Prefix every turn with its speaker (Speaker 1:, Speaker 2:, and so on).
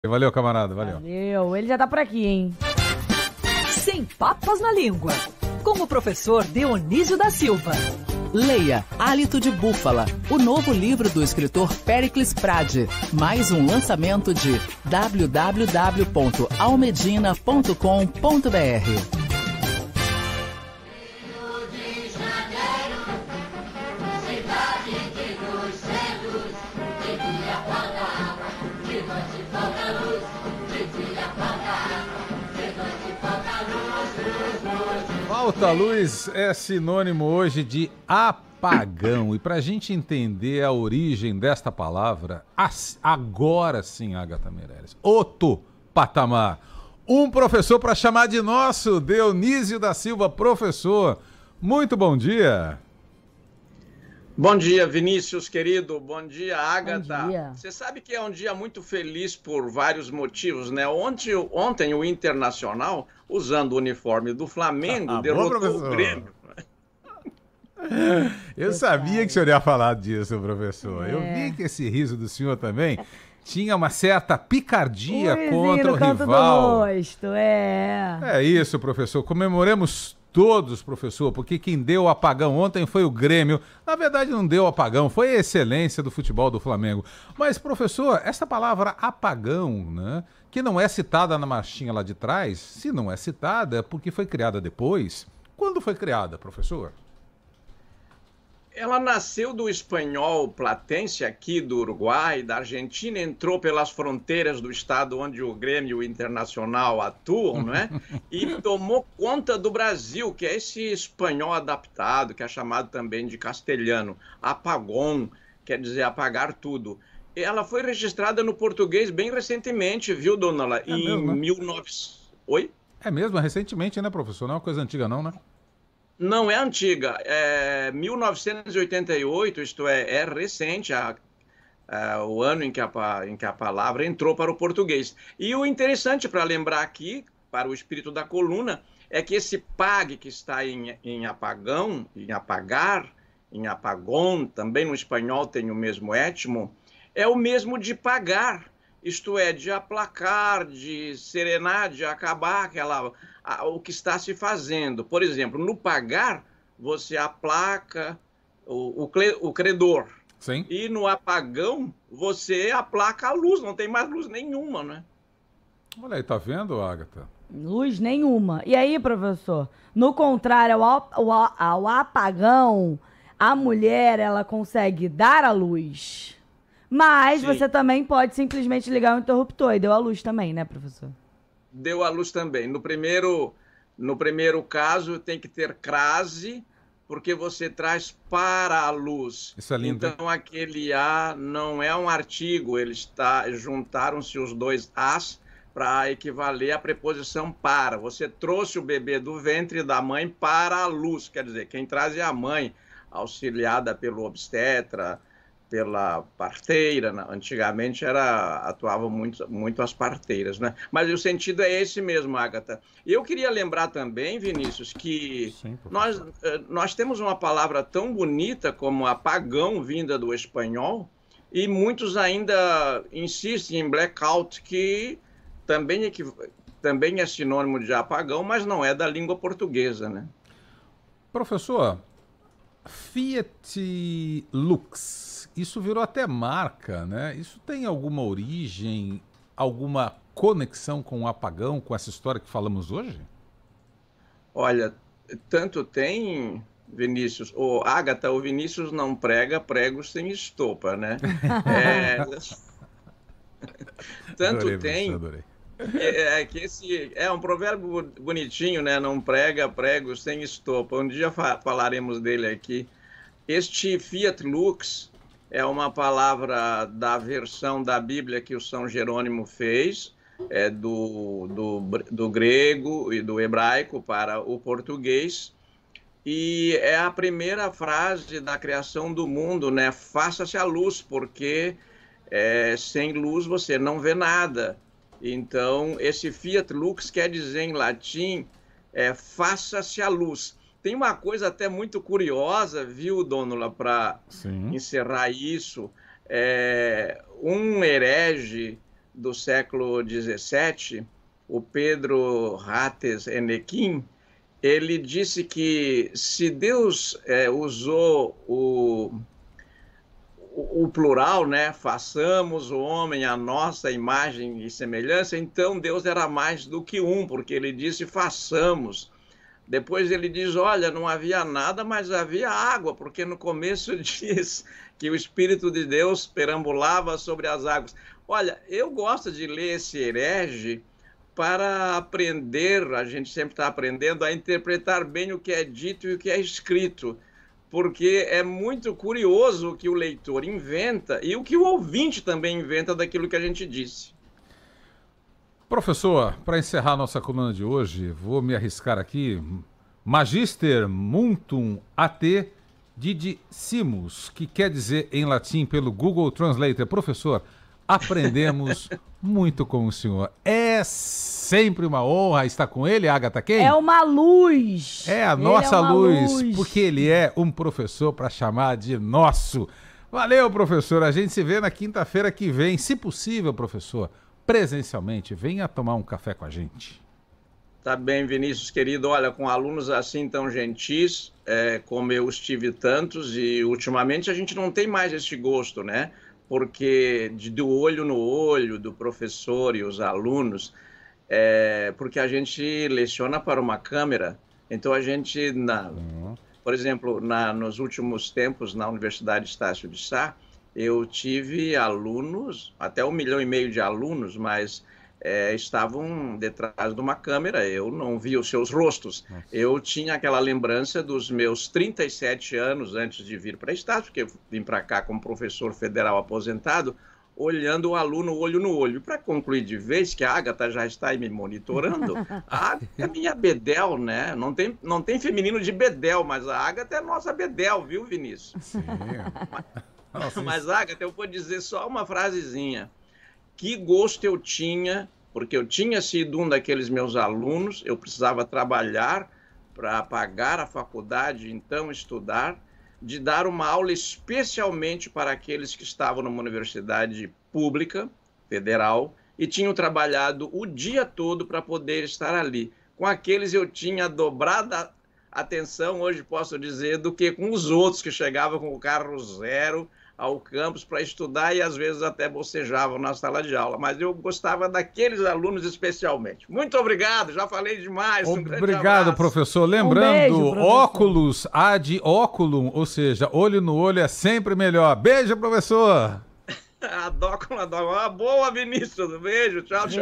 Speaker 1: Valeu, camarada, valeu.
Speaker 2: Valeu, ele já tá por aqui, hein?
Speaker 3: Sem papas na língua, com o professor Dionísio da Silva.
Speaker 4: Leia Hálito de Búfala, o novo livro do escritor Péricles Prade. Mais um lançamento de www.almedina.com.br.
Speaker 1: Falta luz é sinônimo hoje de apagão. E para a gente entender a origem desta palavra, agora sim, Agatha Meirelles, outro patamar. Um professor para chamar de nosso, Dionísio da Silva, professor. Muito bom dia.
Speaker 5: Bom dia, Vinícius, querido. Bom dia, Agatha.
Speaker 2: Bom dia.
Speaker 5: Você sabe que é um dia muito feliz por vários motivos, né? Ontem o Internacional, usando o uniforme do Flamengo, derrotou o Grêmio.
Speaker 1: Eu sabia que o senhor ia falar disso, professor. Eu vi que esse riso do senhor também tinha uma certa picardia contra o rival.
Speaker 2: Do rosto,
Speaker 1: É isso, professor. Comemoremos todos, professor, porque quem deu o apagão ontem foi o Grêmio. Na verdade, não deu apagão, foi a excelência do futebol do Flamengo. Mas, professor, essa palavra apagão, né, que não é citada na marchinha lá de trás, se não é citada é porque foi criada depois. Quando foi criada, professor?
Speaker 5: Ela nasceu do espanhol platense aqui do Uruguai, da Argentina, entrou pelas fronteiras do estado onde o Grêmio e o Internacional atuam, né? E tomou conta do Brasil, que é esse espanhol adaptado, que é chamado também de castelhano. Apagón, quer dizer apagar tudo. Ela foi registrada no português bem recentemente, viu, dona Lá? Em 1900... Oi?
Speaker 1: É mesmo, recentemente, né, professor? Não é uma coisa antiga não, né?
Speaker 5: Não é antiga, é 1988, isto é recente, o ano em que a palavra entrou para o português. E o interessante para lembrar aqui, para o espírito da coluna, é que esse pag que está em apagão, em apagar, em apagón, também no espanhol tem o mesmo étimo, é o mesmo de pagar. Isto é, de aplacar, de serenar, de acabar o que está se fazendo. Por exemplo, no pagar, você aplaca o credor.
Speaker 1: Sim.
Speaker 5: E no apagão, você aplaca a luz, não tem mais luz nenhuma, né?
Speaker 1: Olha aí, tá vendo, Agatha?
Speaker 2: Luz nenhuma. E aí, professor? No contrário ao apagão, a mulher, ela consegue dar a luz. Mas
Speaker 5: Sim.
Speaker 2: você também pode simplesmente ligar o interruptor. E deu a luz também, né, professor?
Speaker 5: Deu a luz também. No primeiro caso, tem que ter crase, porque você traz para a luz.
Speaker 1: Isso é lindo.
Speaker 5: Então, aquele A não é um artigo, juntaram-se os dois As para equivaler à preposição para. Você trouxe o bebê do ventre da mãe para a luz. Quer dizer, quem traz é a mãe, auxiliada pelo obstetra, pela parteira, né? Antigamente atuavam muito as parteiras, né? Mas o sentido é esse mesmo, Agatha. E eu queria lembrar também, Vinícius, que nós temos uma palavra tão bonita como apagão, vinda do espanhol, e muitos ainda insistem em blackout, que também é sinônimo de apagão, mas não é da língua portuguesa, né?
Speaker 1: Professor, Fiat Lux, isso virou até marca, né? Isso tem alguma origem, alguma conexão com o apagão, com essa história que falamos hoje?
Speaker 5: Olha, tanto tem, Vinícius, Agatha, o Vinícius não prega pregos sem estopa, né? Tanto
Speaker 1: Adorei,
Speaker 5: tem...
Speaker 1: adorei.
Speaker 5: Que esse é um provérbio bonitinho, né? Não prega pregos sem estopa. Um dia falaremos dele aqui. Este Fiat Lux é uma palavra da versão da Bíblia que o São Jerônimo fez, do grego e do hebraico para o português, e é a primeira frase da criação do mundo, né? Faça-se a luz, porque sem luz você não vê nada. Então, esse Fiat Lux quer dizer em latim, faça-se a luz. Tem uma coisa até muito curiosa, viu, Dônula, para encerrar isso. Um herege do século XVII, o Pedro Rates Enequim, ele disse que se Deus usou o plural, né? Façamos o homem à nossa imagem e semelhança, então Deus era mais do que um, porque ele disse façamos. Depois ele diz, olha, não havia nada, mas havia água, porque no começo diz que o Espírito de Deus perambulava sobre as águas. Olha, eu gosto de ler esse herege para aprender, a gente sempre está aprendendo a interpretar bem o que é dito e o que é escrito, porque é muito curioso o que o leitor inventa e o que o ouvinte também inventa daquilo que a gente disse.
Speaker 1: Professor, para encerrar nossa coluna de hoje, vou me arriscar aqui. Magister Muntum AT Didissimus, que quer dizer em latim pelo Google Translator. Professor, aprendemos muito com o senhor. É sempre uma honra estar com ele, Agatha Quem?
Speaker 2: É uma luz.
Speaker 1: É a nossa luz, porque ele é um professor para chamar de nosso. Valeu, professor. A gente se vê na quinta-feira que vem. Se possível, professor, presencialmente, venha tomar um café com a gente.
Speaker 5: Tá bem, Vinícius, querido. Olha, com alunos assim tão gentis, como eu estive tantos, e ultimamente a gente não tem mais esse gosto, né? Porque do olho no olho do professor e os alunos, porque a gente leciona para uma câmera, então a gente, por exemplo, nos últimos tempos na Universidade Estácio de Sá, eu tive alunos, até 1,5 milhão de alunos, mas estavam detrás de uma câmera, eu não vi os seus rostos. Nossa. Eu tinha aquela lembrança dos meus 37 anos antes de vir para Estácio, porque eu vim para cá como professor federal aposentado, olhando o aluno olho no olho. Para concluir de vez, que a Agatha já está aí me monitorando, a Agatha é minha Bedel, né? Não tem feminino de Bedel, mas a Agatha é nossa Bedel, viu, Vinícius? Sim. Mas, Agatha, eu vou dizer só uma frasezinha. Que gosto eu tinha, porque eu tinha sido um daqueles meus alunos, eu precisava trabalhar para pagar a faculdade, então estudar, de dar uma aula especialmente para aqueles que estavam numa universidade pública, federal, e tinham trabalhado o dia todo para poder estar ali. Com aqueles eu tinha dobrada atenção, hoje posso dizer, do que com os outros que chegavam com o carro zero ao campus para estudar e às vezes até bocejavam na sala de aula, mas eu gostava daqueles alunos especialmente. Muito obrigado, já falei demais.
Speaker 1: Obrigado, professor. Lembrando, beijo, professor. Óculos ad oculum, ou seja, olho no olho é sempre melhor. Beijo, professor.
Speaker 5: Adóculo, uma boa, Vinícius. Beijo, tchau, tchau.